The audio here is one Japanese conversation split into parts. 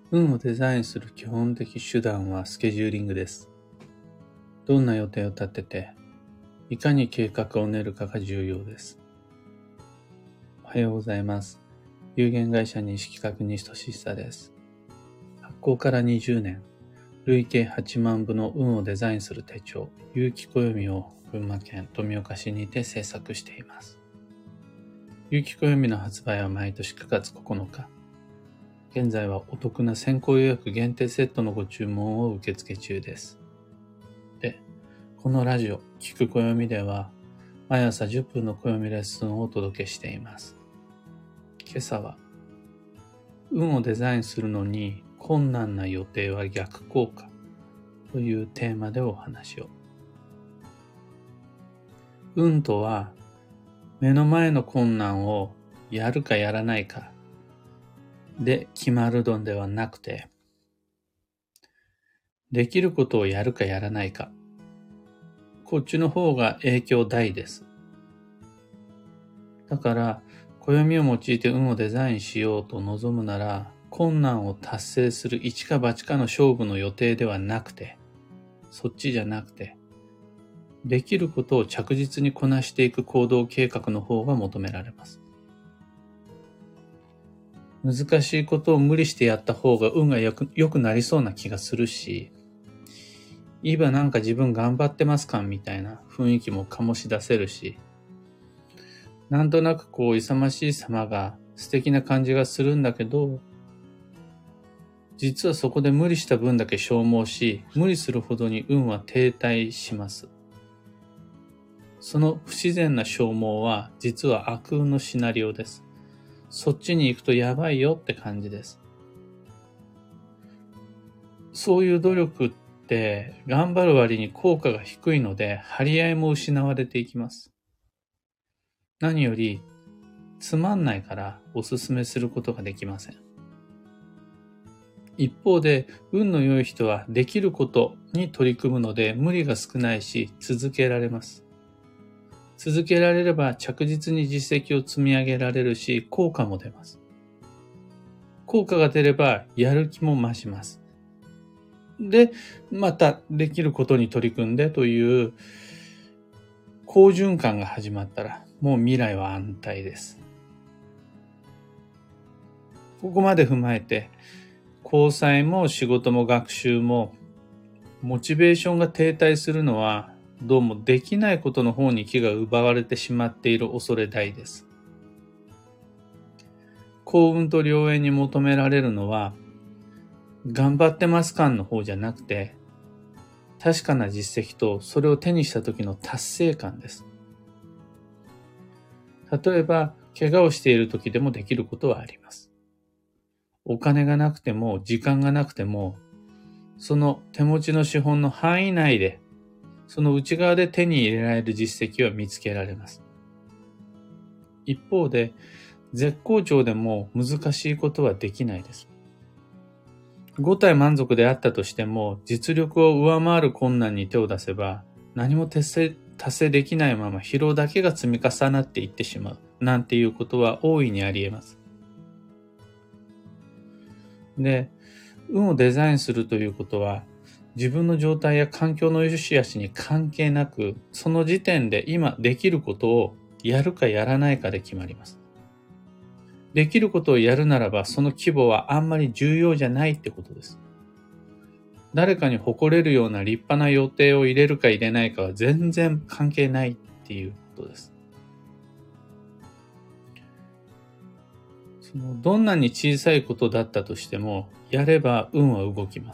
運をデザインする基本的手段はスケジューリングです。どんな予定を立てて、いかに計画を練るかが重要です。おはようございます。有限会社西企画西俊久です。発行から20年、累計8万部の運をデザインする手帳、有機暦を群馬県富岡市にて制作しています。有機暦の発売は毎年9月9日。現在はお得な先行予約限定セットのご注文を受付中です。で、このラジオ、聞く暦では、毎朝10分の暦レッスンをお届けしています。今朝は、運をデザインするのに困難な予定は逆効果というテーマでお話を。運とは、目の前の困難をやるかやらないかで決まるのではなくて、できることをやるかやらないか、こっちの方が影響大です。だから、暦を用いて運をデザインしようと望むなら、困難を達成する一か八かの勝負の予定ではなくて、そっちじゃなくて、できることを着実にこなしていく行動計画の方が求められます。難しいことを無理してやった方が運が良くなりそうな気がするし、今なんか自分頑張ってますかみたいな雰囲気も醸し出せるし、なんとなく勇ましい様が素敵な感じがするんだけど、実はそこで無理した分だけ消耗し、無理するほどに運は停滞します。その不自然な消耗は実は悪運のシナリオです。そっちに行くとやばいよって感じです。そういう努力って頑張る割に効果が低いので張り合いも失われていきます。何よりつまんないからおすすめすることができません。一方で運の良い人はできることに取り組むので無理が少ないし続けられます。続けられれば着実に実績を積み上げられるし効果も出ます。効果が出ればやる気も増します。で、またできることに取り組んでという好循環が始まったらもう未来は安泰です。ここまで踏まえて交際も仕事も学習もモチベーションが停滞するのはどうもできないことの方に気が奪われてしまっている恐れ大です。幸運と良縁に求められるのは頑張ってます感の方じゃなくて確かな実績とそれを手にした時の達成感です。例えば怪我をしている時でもできることはあります。お金がなくても時間がなくてもその手持ちの資本の範囲内でその内側で手に入れられる実績は見つけられます。一方で絶好調でも難しいことはできないです。5体満足であったとしても実力を上回る困難に手を出せば何も達成できないまま疲労だけが積み重なっていってしまうなんていうことは大いにあり得ます。で、運をデザインするということは自分の状態や環境の良し悪しに関係なくその時点で今できることをやるかやらないかで決まります。できることをやるならばその規模はあんまり重要じゃないってことです。誰かに誇れるような立派な予定を入れるか入れないかは全然関係ないっていうことです。どんなに小さいことだったとしてもやれば運は動きます。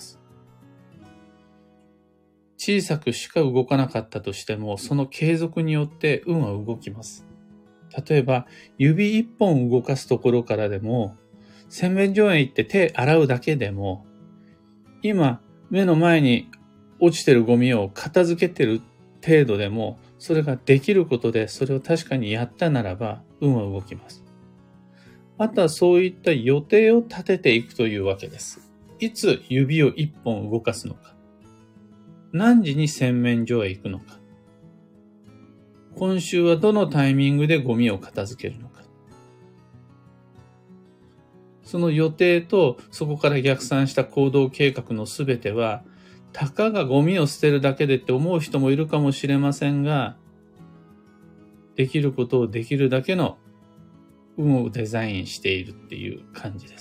小さくしか動かなかったとしてもその継続によって運は動きます。例えば指一本動かすところからでも洗面所へ行って手洗うだけでも今目の前に落ちてるゴミを片付けてる程度でもそれができることでそれを確かにやったならば運は動きます。あとはそういった予定を立てていくというわけです。いつ指を一本動かすのか、何時に洗面所へ行くのか、今週はどのタイミングでゴミを片付けるのか。 その予定とそこから逆算した行動計画のすべては、たかがゴミを捨てるだけでって思う人もいるかもしれませんが、できることをできるだけの運をデザインしているっていう感じです。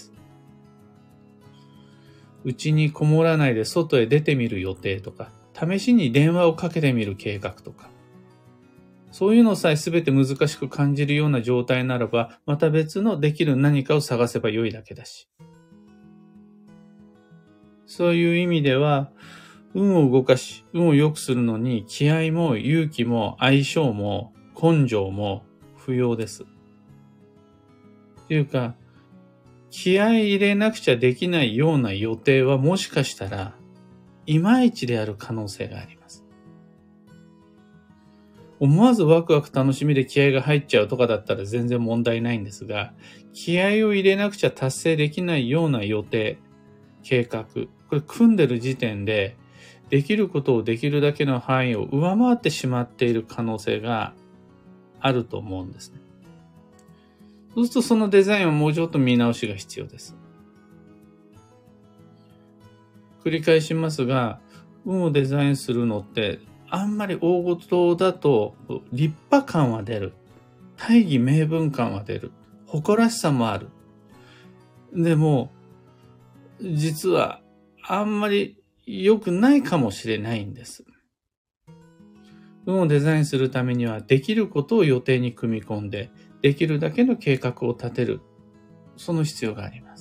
うちにこもらないで外へ出てみる予定とか、試しに電話をかけてみる計画とか、そういうのさえ全て難しく感じるような状態ならば、また別のできる何かを探せばよいだけだし。そういう意味では、運を動かし、運を良くするのに気合も勇気も相性も根性も不要です。っていうか、気合い入れなくちゃできないような予定はもしかしたら、いまいちである可能性があります。思わずワクワク楽しみで気合が入っちゃうとかだったら全然問題ないんですが、気合を入れなくちゃ達成できないような予定、計画、これ組んでる時点で、できることをできるだけの範囲を上回ってしまっている可能性があると思うんですね。そうするとそのデザインはもうちょっと見直しが必要です。繰り返しますが、運をデザインするのってあんまり大事だと立派感は出る。大義名分感は出る。誇らしさもある。でも、実はあんまり良くないかもしれないんです。運をデザインするためにはできることを予定に組み込んで、できるだけの計画を立てる。その必要があります。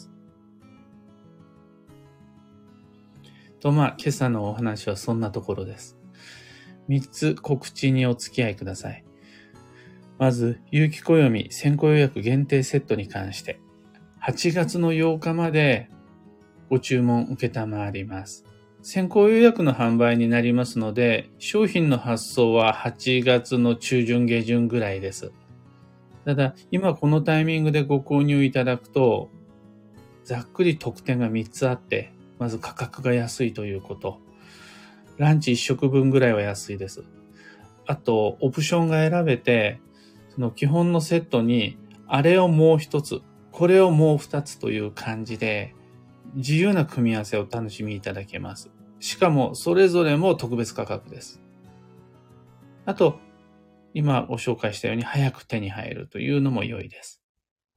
と、今朝のお話はそんなところです。3つ告知にお付き合いください。まず、有期暦先行予約限定セットに関して、8月の8日までご注文受けたまわります。先行予約の販売になりますので、商品の発送は8月の中旬下旬ぐらいです。ただ、今このタイミングでご購入いただくと、ざっくり特典が3つあって、まず価格が安いということ。ランチ1食分ぐらいは安いです。あと、オプションが選べて、その基本のセットに、あれをもう一つ、これをもう2つという感じで、自由な組み合わせを楽しみいただけます。しかも、それぞれも特別価格です。あと、今ご紹介したように早く手に入るというのも良いです。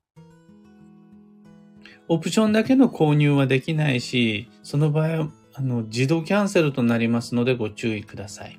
オプションだけの購入はできないし、その場合は自動キャンセルとなりますのでご注意ください。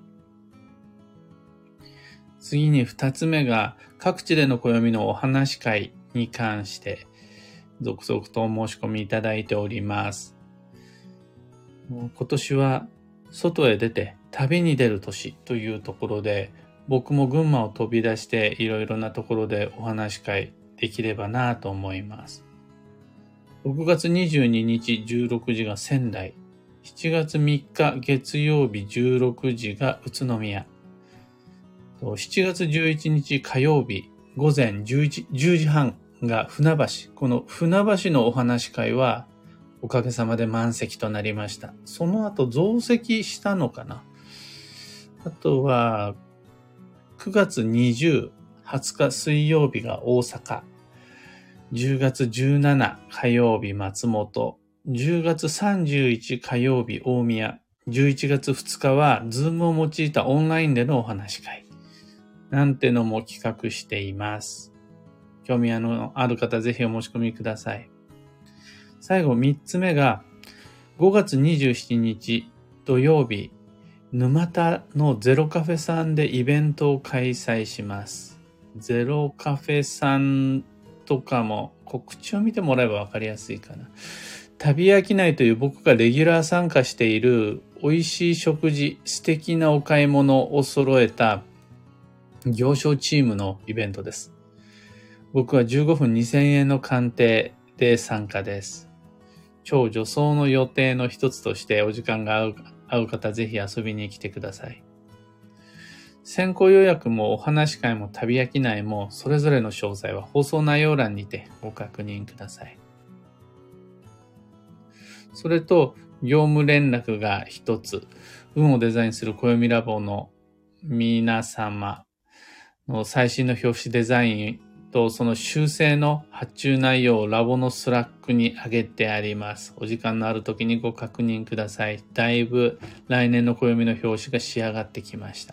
次に2つ目が各地での暦のお話し会に関して続々とお申し込みいただいております。今年は外へ出て旅に出る年というところで、僕も群馬を飛び出していろいろなところでお話し会できればなと思います。6月22日16時が仙台、7月3日月曜日16時が宇都宮、7月11日火曜日午前10時半が船橋。この船橋のお話し会はおかげさまで満席となりました。その後増席したのかな。あとは9月20日水曜日が大阪。10月17火曜日松本。10月31火曜日大宮。11月2日はズームを用いたオンラインでのお話し会。なんてのも企画しています。興味ある方ぜひお申し込みください。最後3つ目が5月27日土曜日、沼田のゼロカフェさんでイベントを開催します。ゼロカフェさんとかも告知を見てもらえばわかりやすいかな。旅飽きないという僕がレギュラー参加している美味しい食事、素敵なお買い物を揃えた行商チームのイベントです。僕は15分2000円の鑑定で参加です。超女装の予定の一つとしてお時間が合う方ぜひ遊びに来てください。先行予約もお話し会も旅飽きないもそれぞれの詳細は放送内容欄にてご確認ください。それと業務連絡が一つ、運をデザインする暦ラボの皆様の最新の表紙デザインその修正の発注内容をラボのスラックに上げてあります。お時間のある時にご確認ください。だいぶ来年の暦の表紙が仕上がってきました。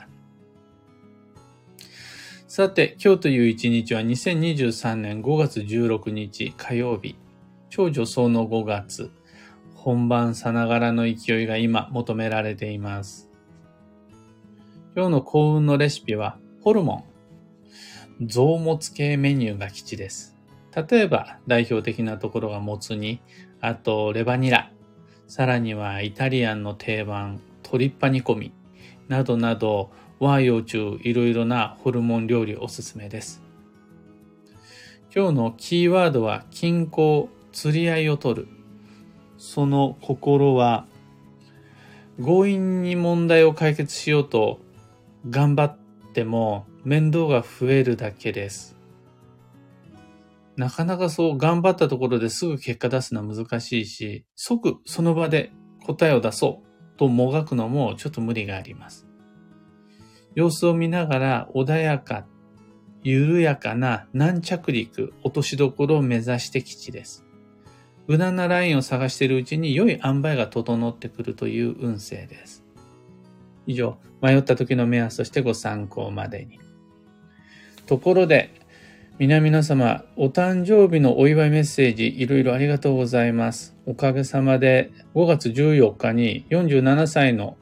さて、今日という一日は2023年5月16日火曜日。超助走の5月。本番さながらの勢いが今求められています。今日の幸運のレシピはホルモン。臓物系メニューが吉です。例えば代表的なところがもつ煮、あとレバニラ、さらにはイタリアンの定番鶏っぱ煮込みなどなど和洋中いろいろなホルモン料理おすすめです。今日のキーワードは均衡、釣り合いを取る。その心は強引に問題を解決しようと頑張っても面倒が増えるだけです。なかなかそう頑張ったところですぐ結果出すのは難しいし、即その場で答えを出そうともがくのもちょっと無理があります。様子を見ながら穏やか、緩やかな軟着陸、落としどころを目指して吉です。無難なラインを探しているうちに良い塩梅が整ってくるという運勢です。以上、迷った時の目安としてご参考までに。ところで、皆様、お誕生日のお祝いメッセージいろいろありがとうございます。おかげさまで5月14日に47歳の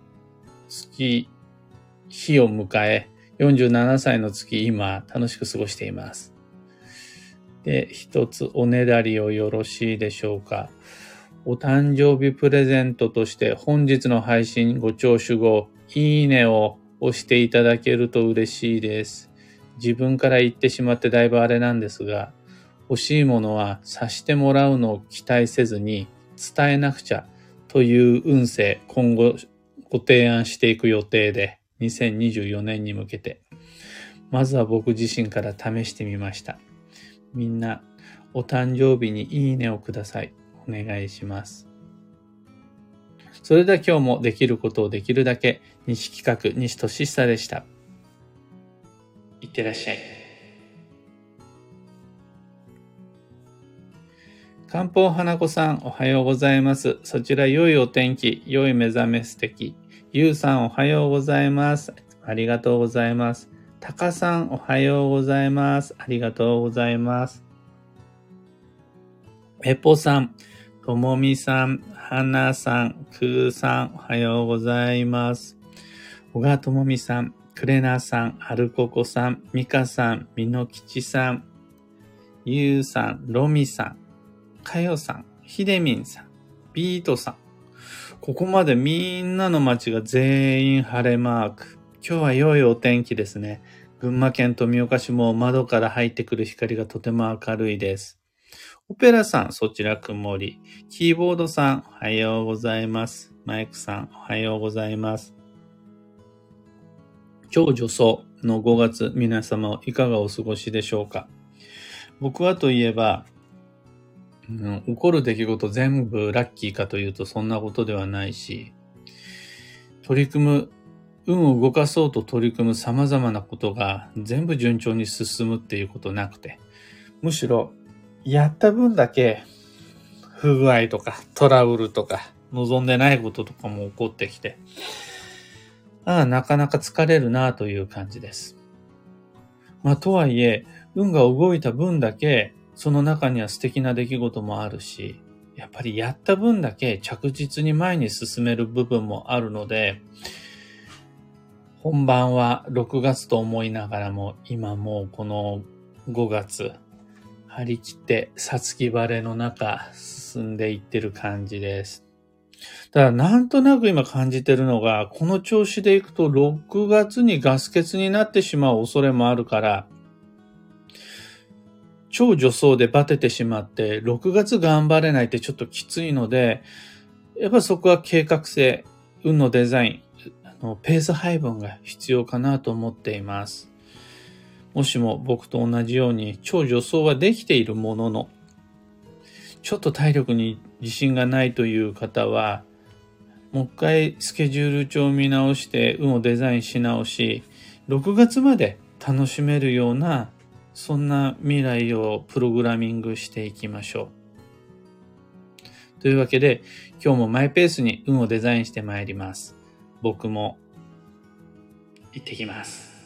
日を迎え、47歳の月今楽しく過ごしています。で、一つおねだりをよろしいでしょうか。お誕生日プレゼントとして本日の配信ご聴取後、いいねを押していただけると嬉しいです。自分から言ってしまってだいぶあれなんですが、欲しいものは察してもらうのを期待せずに伝えなくちゃという運勢、今後ご提案していく予定で、2024年に向けて、まずは僕自身から試してみました。みんな、お誕生日にいいねをください。お願いします。それでは今日もできることをできるだけ、西企画、西俊久でした。いってらっしゃい。漢方花子さん、おはようございます。そちら良いお天気、良い目覚め素敵。ゆうさん、おはようございます。ありがとうございます。たかさん、おはようございます。ありがとうございます。えぽさん、ともみさん、はなさん、くーさん、おはようございます。小川ともみさん、くれなさん、はるここさん、みかさん、みのきちさん、ゆうさん、ろみさん、かよさん、ひでみんさん、ビートさん。ここまでみんなの街が全員晴れマーク。今日は良いお天気ですね。群馬県富岡市も窓から入ってくる光がとても明るいです。オペラさん、そちら曇り。キーボードさん、おはようございます。マイクさん、おはようございます。超助走の5月、皆様いかがお過ごしでしょうか。僕はといえば、起こる出来事全部ラッキーかというとそんなことではないし、運を動かそうと取り組む様々なことが全部順調に進むっていうことなくて、むしろやった分だけ不具合とかトラブルとか望んでないこととかも起こってきて、なかなか疲れるなという感じです。とはいえ、運が動いた分だけ、その中には素敵な出来事もあるし、やっぱりやった分だけ着実に前に進める部分もあるので、本番は6月と思いながらも、今もうこの5月、張り切って五月晴れの中進んでいってる感じです。ただなんとなく今感じてるのが、この調子でいくと6月にガス欠になってしまう恐れもあるから、超助走でバテてしまって、6月頑張れないってちょっときついので、やっぱそこは計画性、運のデザイン、ペース配分が必要かなと思っています。もしも僕と同じように超助走はできているものの、ちょっと体力に自信がないという方は、もう一回スケジュール帳を見直して運をデザインし直し、6月まで楽しめるようなそんな未来をプログラミングしていきましょう。というわけで、今日もマイペースに運をデザインしてまいります。僕も行ってきます。